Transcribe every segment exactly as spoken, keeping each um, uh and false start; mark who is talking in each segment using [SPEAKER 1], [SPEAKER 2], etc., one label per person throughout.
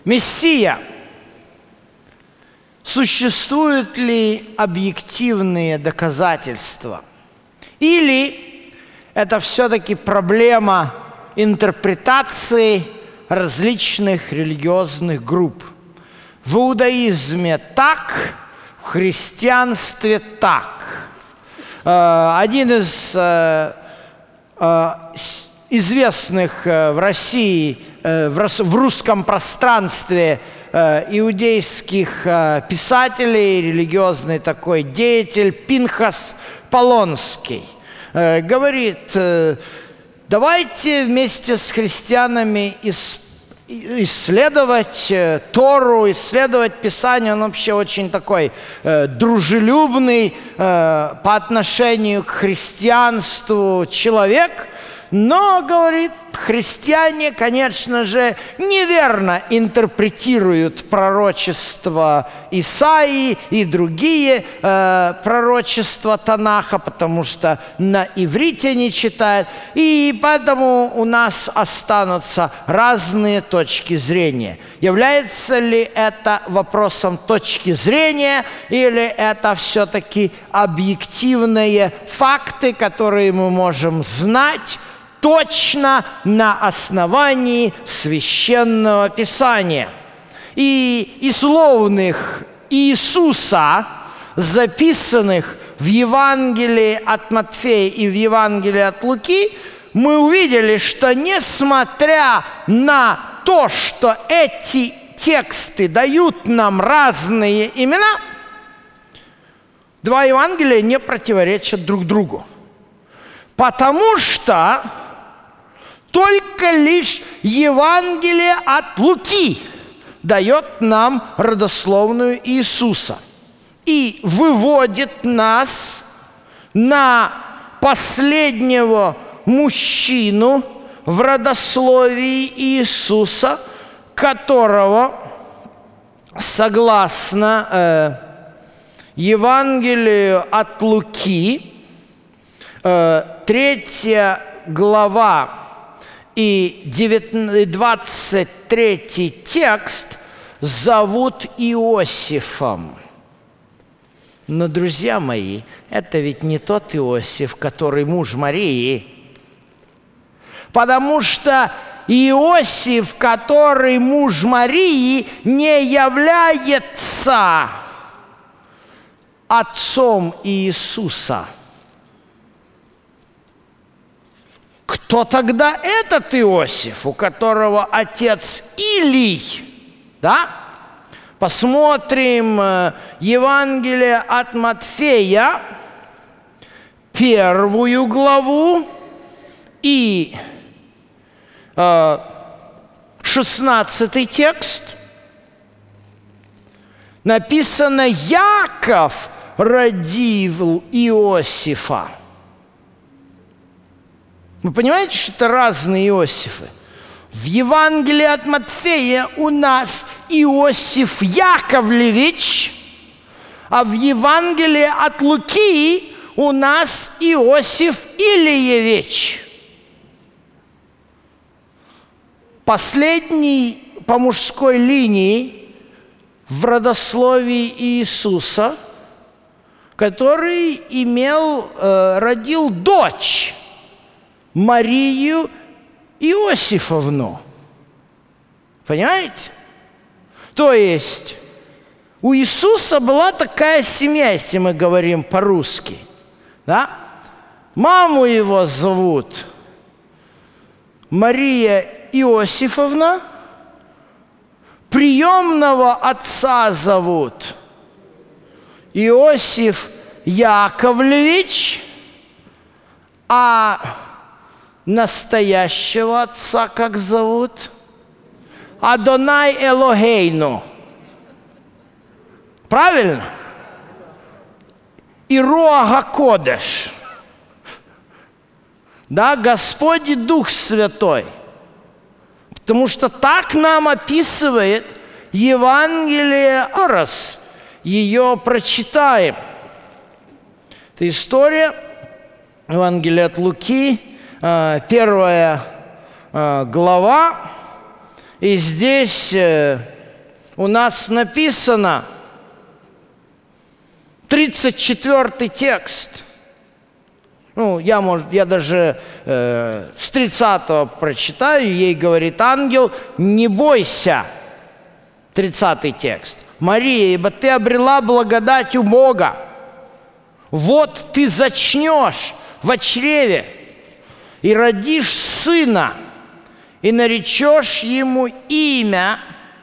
[SPEAKER 1] Мессия. Существуют ли объективные доказательства? Или это все-таки проблема интерпретации различных религиозных групп? В иудаизме так, в христианстве так. Один из известных в России, в русском пространстве иудейских писателей, религиозный такой деятель Пинхас Полонский, говорит: давайте вместе с христианами исследовать Тору, исследовать Писание. Он вообще очень такой дружелюбный по отношению к христианству человек. Но, говорит, христиане, конечно же, неверно интерпретируют пророчества Исаии и другие э, пророчества Танаха, потому что на иврите не читают, и поэтому у нас останутся разные точки зрения. Является ли это вопросом точки зрения, или это все-таки объективные факты, которые мы можем знать точно на основании Священного Писания? И из словных Иисуса, записанных в Евангелии от Матфея и в Евангелии от Луки, мы увидели, что несмотря на то, что эти тексты дают нам разные имена, два Евангелия не противоречат друг другу. Потому что только лишь Евангелие от Луки дает нам родословную Иисуса и выводит нас на последнего мужчину в родословии Иисуса, которого, согласно э, Евангелию от Луки, э, третья глава и двадцать третий текст зовут Иосифом. Но, друзья мои, это ведь не тот Иосиф, который муж Марии. Потому что Иосиф, который муж Марии, не является отцом Иисуса. Кто тогда этот Иосиф, у которого отец Илий? Да? Посмотрим Евангелие от Матфея, первую главу и э, шестнадцатый текст. Написано: Яков родил Иосифа. Вы понимаете, что это разные Иосифы? В Евангелии от Матфея у нас Иосиф Яковлевич, а в Евангелии от Луки у нас Иосиф Ильевич. Последний по мужской линии в родословии Иисуса, который имел, э, родил дочь Марию Иосифовну. Понимаете? То есть у Иисуса была такая семья, если мы говорим по-русски. Да? Маму его зовут Мария Иосифовна, приемного отца зовут Иосиф Яковлевич, а настоящего отца как зовут? Адонай Элогейну. Правильно? И Руах ха-Кодеш. Да, Господь и Дух Святой. Потому что так нам описывает Евангелие Орос. Ее прочитаем. Это история Евангелия от Луки, первая глава, И здесь э, у нас написано тридцать четвёртый текст. Ну, я, может, я даже э, с тридцатого прочитаю. Ей говорит ангел: не бойся. тридцатый текст. Мария, ибо ты обрела благодать у Бога. Вот ты зачнешь во чреве и родишь сына, и наречешь ему имя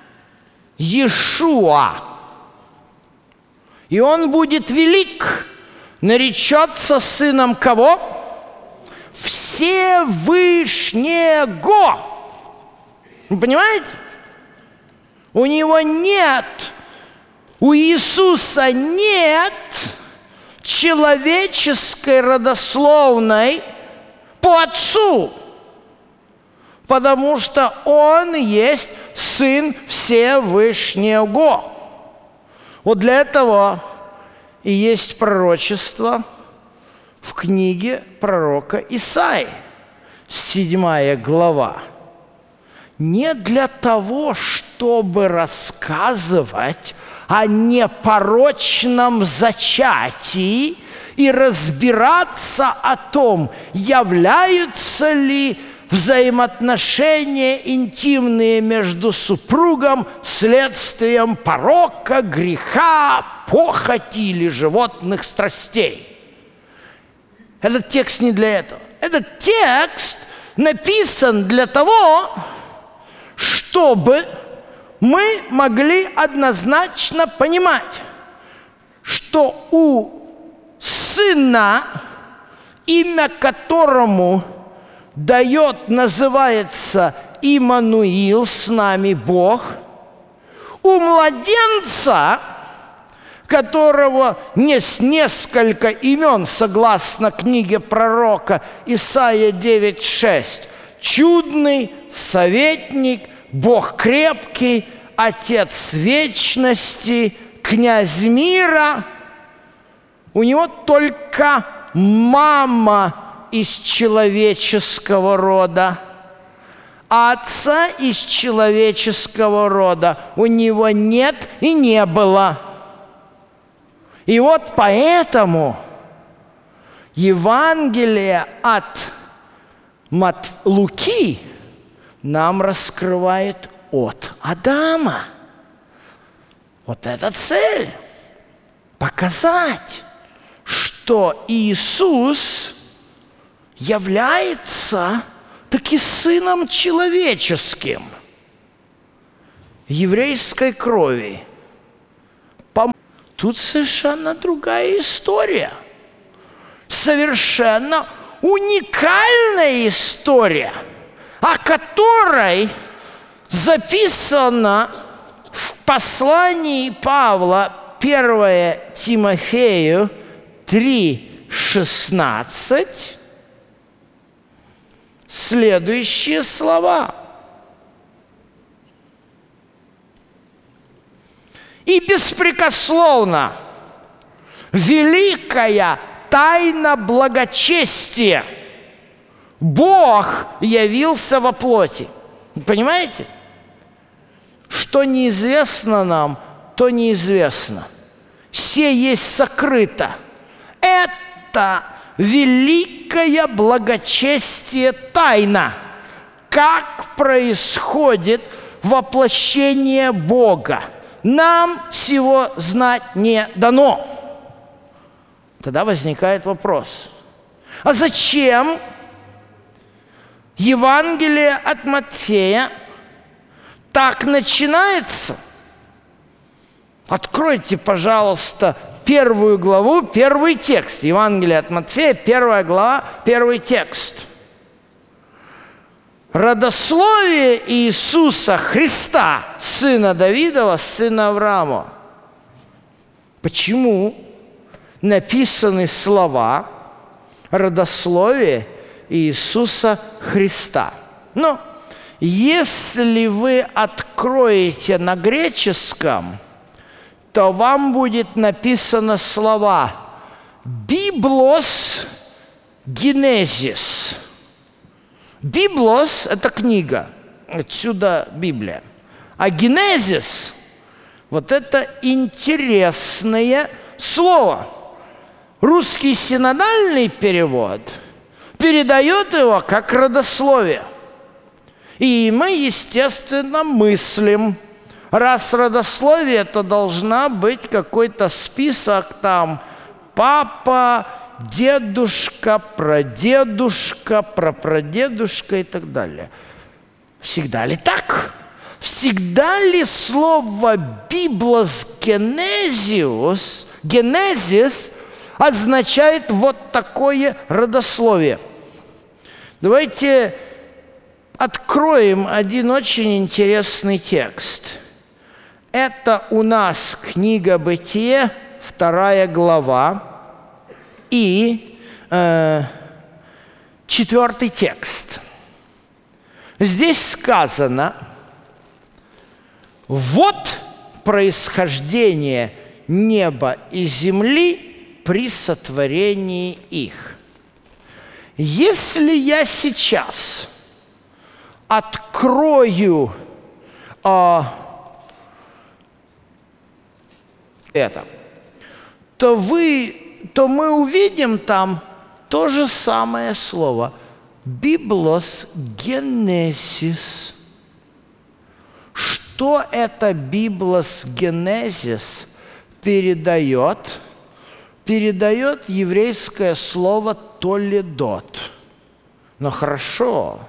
[SPEAKER 1] Иешуа. И он будет велик, наречется сыном кого? Всевышнего. Вы понимаете? У него нет, у Иисуса нет человеческой родословной по отцу, потому что он есть сын Всевышнего. Вот для этого и есть пророчество в книге пророка Исаии, седьмая глава. Не для того, чтобы рассказывать о непорочном зачатии и разбираться о том, являются ли взаимоотношения интимные между супругом следствием порока, греха, похоти или животных страстей. Этот текст не для этого. Этот текст написан для того, чтобы мы могли однозначно понимать, что у сына, имя которому дает, называется Иммануил, с нами Бог, у младенца, которого есть несколько имен, согласно книге пророка Исаия девять шесть, чудный, советник, Бог крепкий, Отец вечности, князь мира. У него только мама из человеческого рода, а отца из человеческого рода у него нет и не было. И вот поэтому Евангелие от Мат... Луки нам раскрывает от Адама. Вот эта цель – показать, что Иисус является таки сыном человеческим, еврейской крови. Тут совершенно другая история, совершенно уникальная история, о которой записано в послании Павла первое Тимофею три шестнадцать следующие слова. И беспрекословно великая тайна благочестия. Бог явился во плоти. Понимаете? Что неизвестно нам, то неизвестно. Все есть сокрыто. Это великое благочестие тайна. Как происходит воплощение Бога? Нам всего знать не дано. Тогда возникает вопрос: а зачем Евангелие от Матфея так начинается? Откройте, пожалуйста, первую главу, первый текст. Евангелие от Матфея, первая глава, первый текст. Родословие Иисуса Христа, сына Давидова, сына Авраама. Почему написаны слова родословие Иисуса Христа? Ну, если вы откроете на греческом, то вам будет написано слова «библос генезис». «Библос» – это книга, отсюда Библия. А генезис – вот это интересное слово. Русский синодальный перевод передает его как родословие. И мы, естественно, мыслим, раз родословие, то должна быть какой-то список там папа, дедушка, прадедушка, прапрадедушка и так далее. Всегда ли так? Всегда ли слово «библос генезиус», «генезис» означает вот такое родословие? Давайте откроем один очень интересный текст. Это у нас книга «Бытие», вторая глава, и э, четвертый текст. Здесь сказано: «Вот происхождение неба и земли при сотворении их». Если я сейчас открою а, это, то, вы, то мы увидим там то же самое слово «библос генезис». Что это «библос генезис» передает? Передает еврейское слово «толедот». Но хорошо.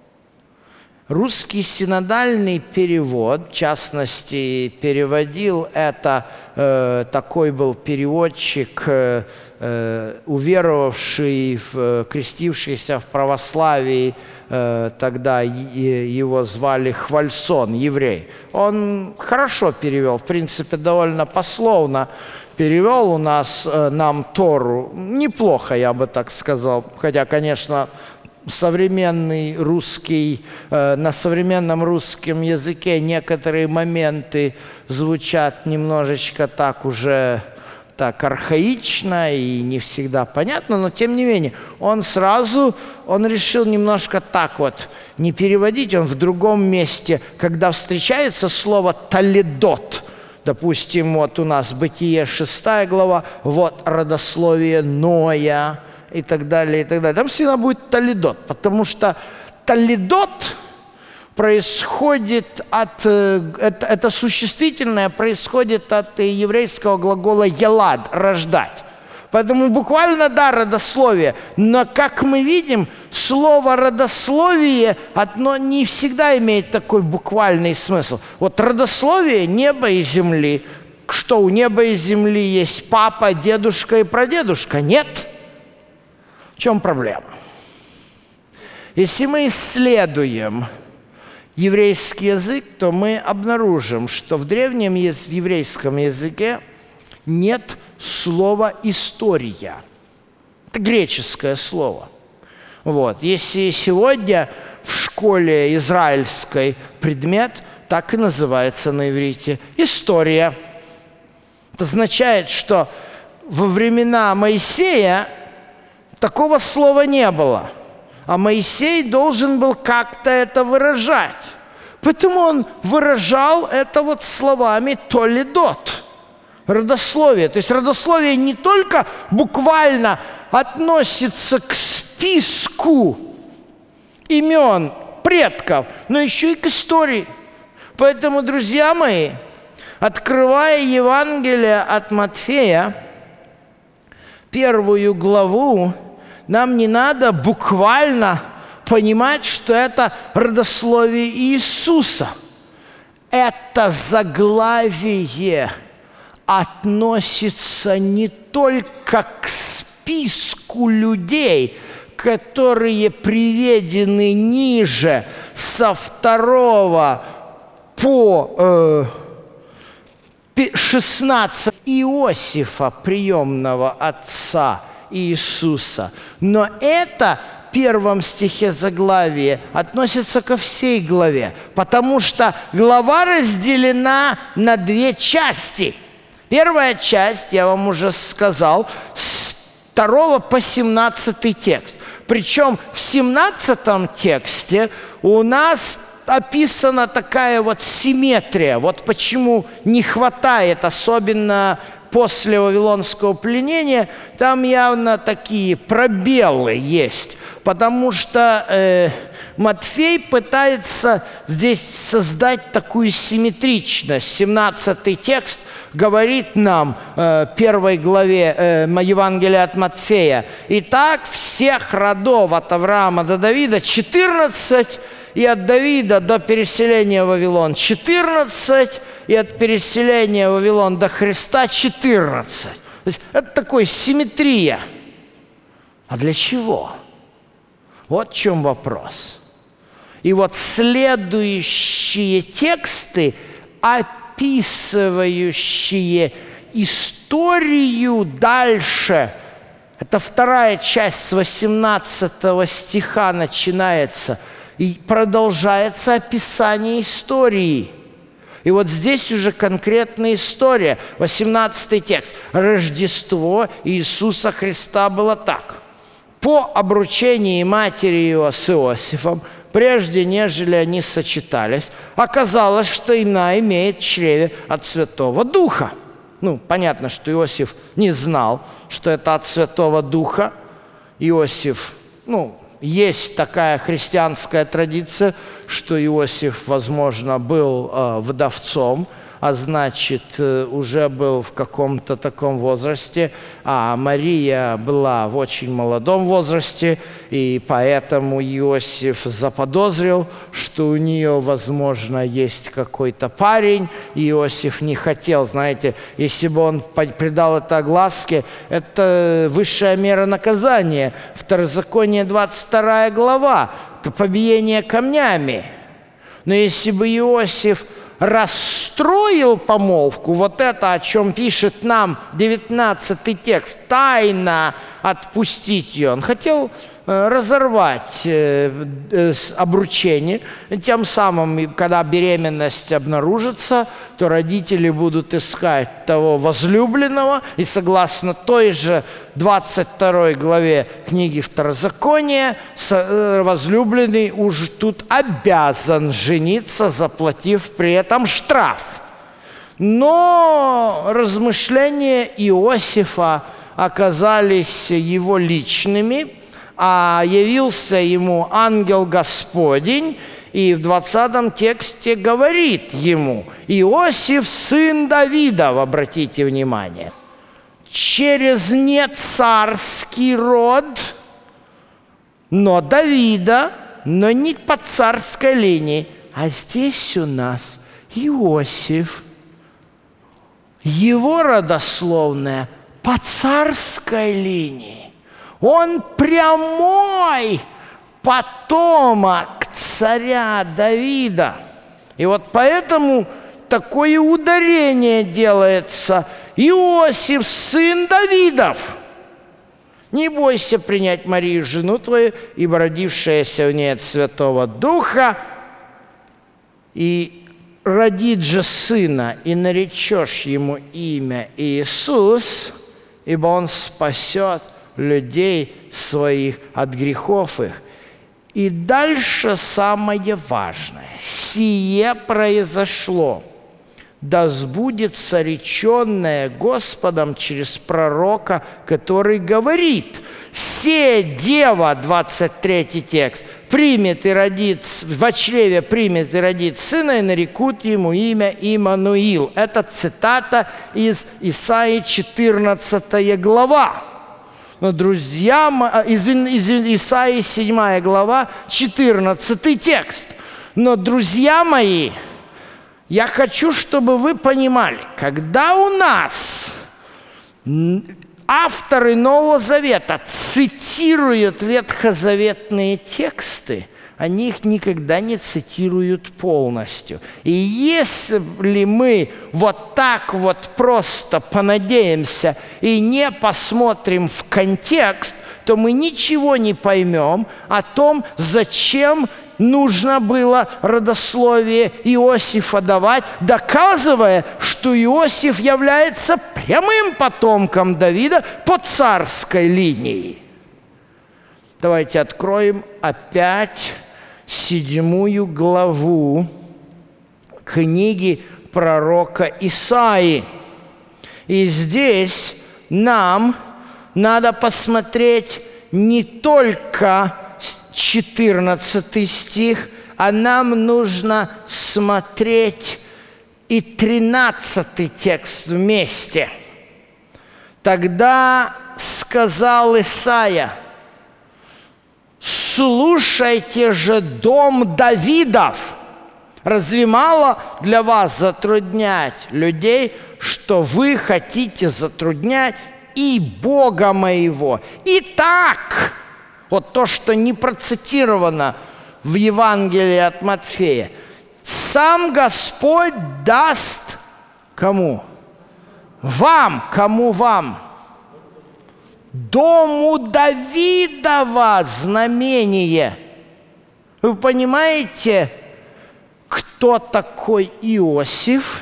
[SPEAKER 1] Русский синодальный перевод, в частности, переводил это, э, такой был переводчик, э, э, уверовавший, в, крестившийся в православии, э, тогда его звали Хвальсон, еврей. Он хорошо перевел, в принципе, довольно пословно перевел у нас, э, нам Тору. Неплохо, я бы так сказал, хотя, конечно, современный русский, э, на современном русском языке некоторые моменты звучат немножечко так уже так архаично и не всегда понятно, но тем не менее он сразу, он решил немножко так вот не переводить, он в другом месте, когда встречается слово «толедот», допустим, вот у нас Бытие шестая глава, вот родословие Ноя, и так далее, и так далее. Там всегда будет толедот, потому что толедот происходит от, это, это существительное происходит от еврейского глагола «елад» – «рождать». Поэтому буквально, да, родословие, но, как мы видим, слово «родословие» одно не всегда имеет такой буквальный смысл. Вот родословие неба и земли. Что, у неба и земли есть папа, дедушка и прадедушка? Нет. В чем проблема? Если мы исследуем еврейский язык, то мы обнаружим, что в древнем еврейском языке нет слова «история». Это греческое слово. Вот. Если сегодня в школе израильской предмет так и называется на иврите – «история». Это означает, что во времена Моисея такого слова не было. А Моисей должен был как-то это выражать. Поэтому он выражал это вот словами «толедот», родословие. То есть родословие не только буквально относится к списку имен предков, но еще и к истории. Поэтому, друзья мои, открывая Евангелие от Матфея, первую главу, нам не надо буквально понимать, что это родословие Иисуса. Это заглавие относится не только к списку людей, которые приведены ниже со второго по э, шестнадцать Иосифа, приемного отца Иисуса. Но это в первом стихе заглавия относится ко всей главе, потому что глава разделена на две части. Первая часть, я вам уже сказал, с второго по семнадцатый текст. Причем в семнадцатом тексте у нас описана такая вот симметрия. Вот почему не хватает, особенно после Вавилонского пленения, там явно такие пробелы есть. Потому что э, Матфей пытается здесь создать такую симметричность. семнадцатый текст говорит нам в э, первой главе э, Евангелия от Матфея: «Итак, всех родов от Авраама до Давида четырнадцать, и от Давида до переселения в Вавилон четырнадцать, и от переселения в Вавилон до Христа четырнадцать». То есть это такая симметрия. А для чего? Вот в чем вопрос. И вот следующие тексты, описывающие историю дальше, это вторая часть с восемнадцатого стиха начинается, и продолжается описание истории. И вот здесь уже конкретная история. восемнадцатый текст. Рождество Иисуса Христа было так. По обручении матери его с Иосифом, прежде нежели они сочетались, оказалось, что она имеет в чреве от Святого Духа. Ну, понятно, что Иосиф не знал, что это от Святого Духа. Иосиф, ну, есть такая христианская традиция, что Иосиф, возможно, был э, вдовцом, а значит, э, уже был в каком-то таком возрасте, а Мария была в очень молодом возрасте, и поэтому Иосиф заподозрил, что у нее, возможно, есть какой-то парень. Иосиф не хотел, знаете, если бы он придал это огласке, это высшая мера наказания. Второзаконие, двадцать вторая глава, это побиение камнями. Но если бы Иосиф расстроил помолвку, вот это, о чем пишет нам девятнадцатый текст, тайно отпустить ее, он хотел э, разорвать э, э, обручение, тем самым, когда беременность обнаружится, то родители будут искать того возлюбленного, и согласно той же двадцать второй главе книги Второзакония, э, возлюбленный уж тут обязан жениться, заплатив при этом штраф. Но размышления Иосифа оказались его личными, а явился ему ангел Господень, и в двадцатом тексте говорит ему: «Иосиф, сын Давидов», обратите внимание, через не царский род, но Давида, но не по царской линии, а здесь у нас Иосиф, его родословная по царской линии. Он прямой потомок царя Давида. И вот поэтому такое ударение делается: Иосиф, сын Давидов. Не бойся принять Марию, жену твою, ибо родившаяся в ней от Святого Духа, и родит же сына, и наречешь ему имя Иисус, ибо он спасет людей своих от грехов их. И дальше самое важное. Сие произошло, да сбудется реченное Господом через пророка, который говорит: «Се дева», двадцать третий текст, «примет и родит, во чреве примет и родит сына, и нарекут ему имя Иммануил». Это цитата из Исаии четырнадцатая глава. Но, друзья, из, из Исаии седьмая глава, четырнадцатый текст. Но, друзья мои, я хочу, чтобы вы понимали, когда у нас авторы Нового Завета цитируют ветхозаветные тексты, они их никогда не цитируют полностью. И если мы вот так вот просто понадеемся и не посмотрим в контекст, то мы ничего не поймем о том, зачем нужно было родословие Иосифа давать, доказывая, что Иосиф является прямым потомком Давида по царской линии. Давайте откроем опять седьмую главу книги пророка Исаии. И здесь нам надо посмотреть не только четырнадцатый стих, а нам нужно смотреть и тринадцатый текст вместе. Тогда сказал Исаия: «Слушайте же, дом Давидов, разве мало для вас затруднять людей, что вы хотите затруднять и Бога моего? Итак», вот то, что не процитировано в Евангелии от Матфея, «сам Господь даст» кому? Вам, кому вам? Дому Давидова знамение. Вы понимаете, кто такой Иосиф?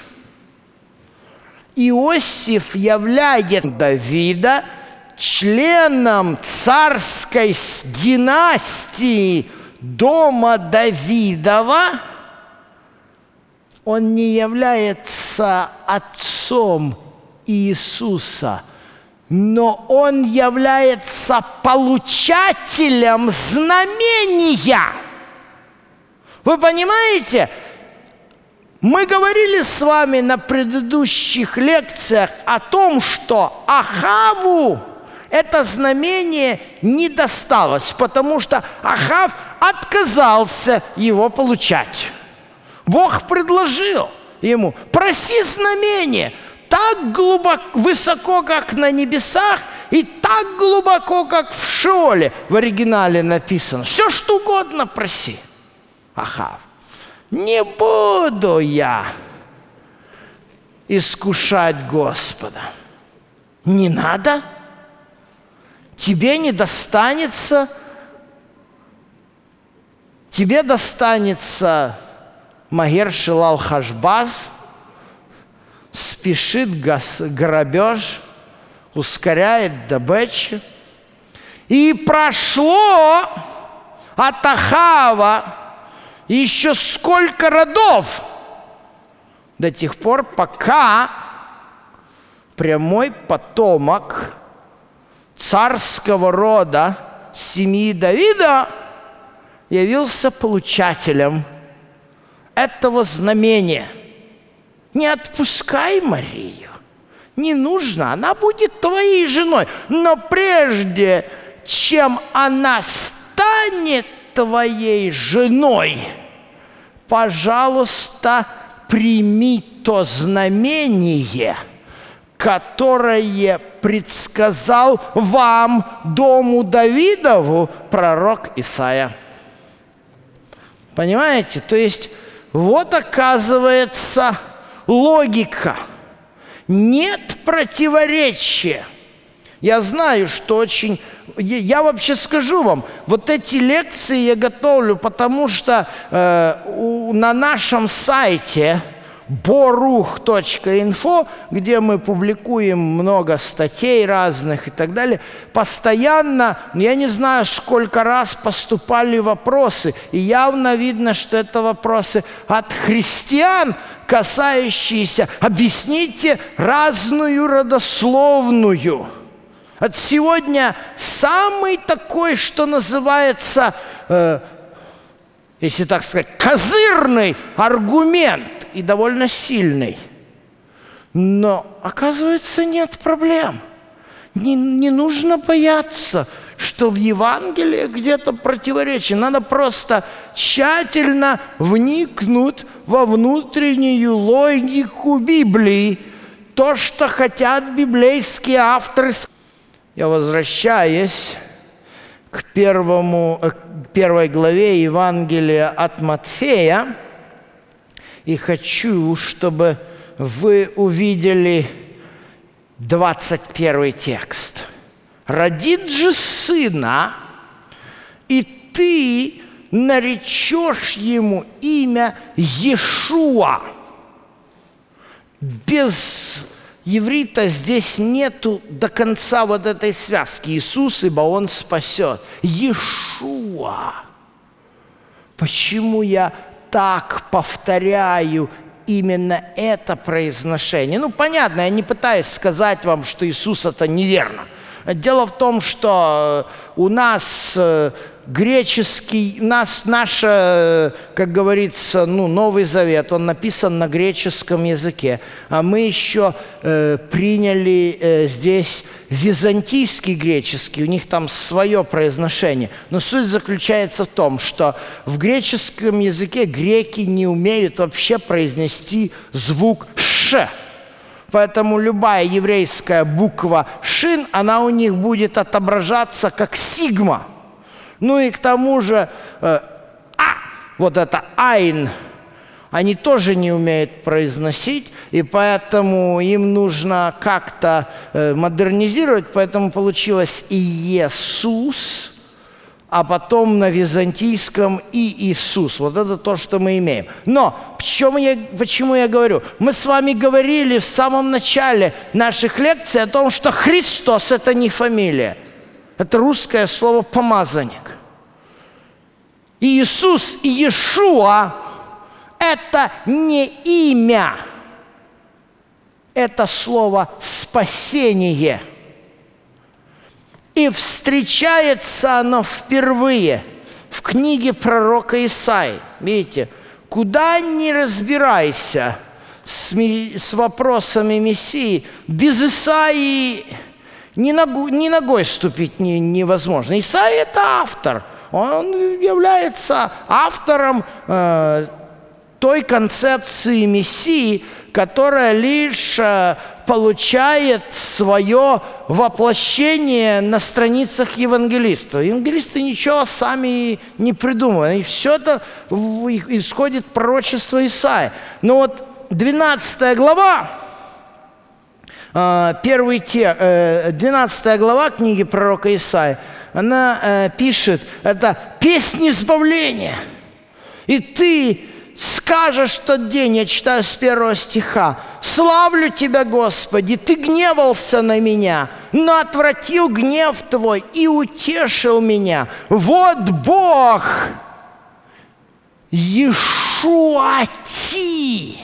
[SPEAKER 1] Иосиф являет Давида членом царской династии дома Давидова. Он не является отцом Иисуса, но он является получателем знамения. Вы понимаете? Мы говорили с вами на предыдущих лекциях о том, что Ахаву это знамение не досталось, потому что Ахав отказался его получать. Бог предложил ему: проси знамение так глубоко, высоко, как на небесах, и так глубоко, как в Шеоле. В оригинале написано: все, что угодно проси. Ахав: не буду я искушать Господа. Не надо. Тебе не достанется. Тебе достанется Магер-Шалал-Хаш-Баз, спешит грабеж, ускоряет добычу. И прошло от Ахава еще сколько родов, до тех пор, пока прямой потомок царского рода семьи Давида явился получателем этого знамения. Не отпускай Марию, не нужно, она будет твоей женой. Но прежде чем она станет твоей женой, пожалуйста, прими то знамение, которое предсказал вам, дому Давидову, пророк Исаия. Понимаете? То есть вот оказывается логика. Нет противоречия. Я знаю, что очень... Я вообще скажу вам, вот эти лекции я готовлю, потому что э, у, на нашем сайте борух точка инфо, где мы публикуем много статей разных и так далее, постоянно, я не знаю, сколько раз поступали вопросы, и явно видно, что это вопросы от христиан, касающиеся, объясните разную родословную. От сегодня самый такой, что называется, э, если так сказать, козырный аргумент, и довольно сильный. Но, оказывается, нет проблем. Не, не нужно бояться, что в Евангелии где-то противоречие. Надо просто тщательно вникнуть во внутреннюю логику Библии. То, что хотят библейские авторы. Я возвращаюсь к, первому, к первой главе Евангелия от Матфея. И хочу, чтобы вы увидели двадцать первый текст. «Родит же сына, и ты наречешь ему имя Иешуа». Без иврита здесь нету до конца вот этой связки. Иисус, ибо Он спасет. Иешуа. Почему я так повторяю именно это произношение? Ну, понятно, я не пытаюсь сказать вам, что Иисус это неверно. Дело в том, что у нас греческий, у нас наш, как говорится, ну, Новый Завет, он написан на греческом языке, а мы еще э, приняли э, здесь византийский греческий, у них там свое произношение. Но суть заключается в том, что в греческом языке греки не умеют вообще произнести звук «ш». Поэтому любая еврейская буква «шин», она у них будет отображаться как «сигма». Ну и к тому же э, «а», вот это «айн», они тоже не умеют произносить, и поэтому им нужно как-то э, модернизировать, поэтому получилось «Иисус», а потом на византийском «и Иисус». Вот это то, что мы имеем. Но почему я, почему я говорю? Мы с вами говорили в самом начале наших лекций о том, что Христос – это не фамилия. Это русское слово «помазанник». Иисус и Иешуа – это не имя. Это слово «спасение». И встречается оно впервые в книге пророка Исаии. Видите, куда ни разбирайся с, с вопросами Мессии, без Исаии ни, ногу, ни ногой ступить не, невозможно. Исаия – это автор. Он является автором э, той концепции Мессии, которая лишь э, получает свое воплощение на страницах евангелистов. Евангелисты ничего сами не придумывают. И все это исходит пророчество Исаии. Но вот двенадцатая глава, э, первый те, э, двенадцатая глава книги пророка Исаии, она э, пишет, это песнь избавления. И ты скажешь в тот день, я читаю с первого стиха: «Славлю Тебя, Господи, Ты гневался на меня, но отвратил гнев Твой и утешил меня. Вот Бог, Иешуати,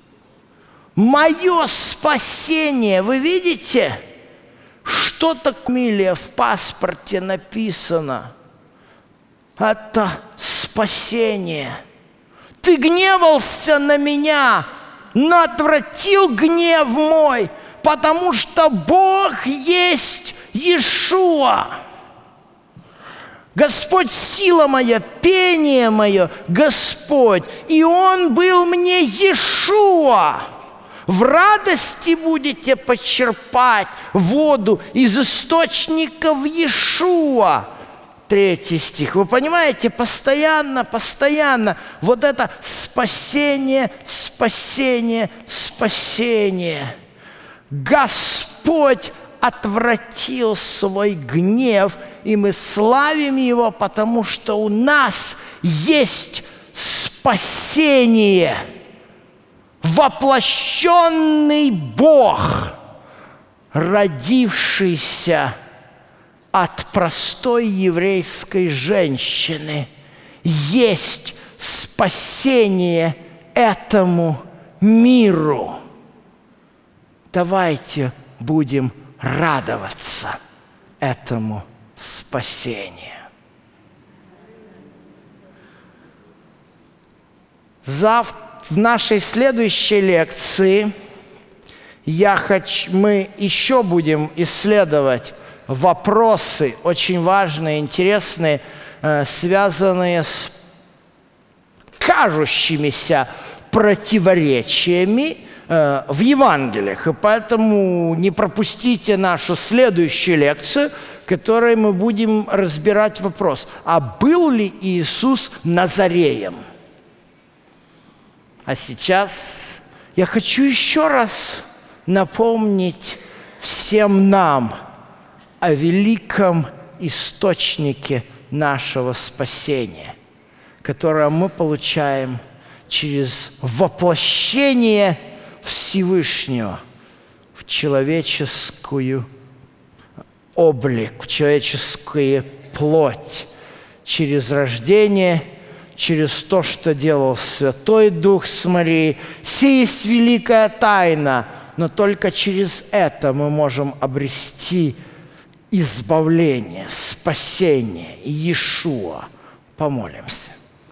[SPEAKER 1] мое спасение». Вы видите, что-то фамилия в паспорте написано. Это спасение. Ты гневался на меня, но отвратил гнев мой, потому что Бог есть Иешуа. Господь сила моя, пение мое, Господь, и Он был мне Иешуа. В радости будете почерпать воду из источников Иешуа. Третий стих. Вы понимаете, постоянно, постоянно вот это спасение, спасение, спасение. Господь отвратил свой гнев, и мы славим Его, потому что у нас есть спасение. Воплощенный Бог, родившийся от простой еврейской женщины, есть спасение этому миру. Давайте будем радоваться этому спасению. Завтра в нашей следующей лекции я хочу, мы еще будем исследовать вопросы очень важные, интересные, э, связанные с кажущимися противоречиями э, в Евангелиях. И поэтому не пропустите нашу следующую лекцию, в которой мы будем разбирать вопрос: а был ли Иисус Назареем? А сейчас я хочу еще раз напомнить всем нам о великом источнике нашего спасения, которое мы получаем через воплощение Всевышнего в человеческую облик, в человеческую плоть, через рождение через то, что делал Святой Дух с Марией. Сия есть великая тайна, но только через это мы можем обрести избавление, спасение, Иешуа. Помолимся.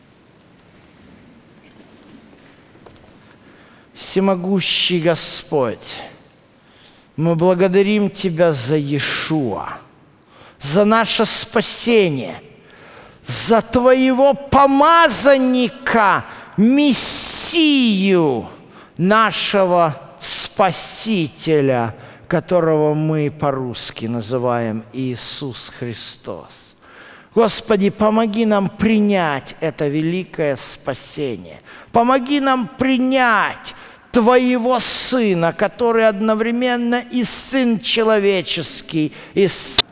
[SPEAKER 1] Всемогущий Господь, мы благодарим Тебя за Иешуа, за наше спасение, за Твоего помазанника, Мессию, нашего Спасителя, которого мы по-русски называем Иисус Христос. Господи, помоги нам принять это великое спасение. Помоги нам принять Твоего Сына, который одновременно и Сын человеческий, и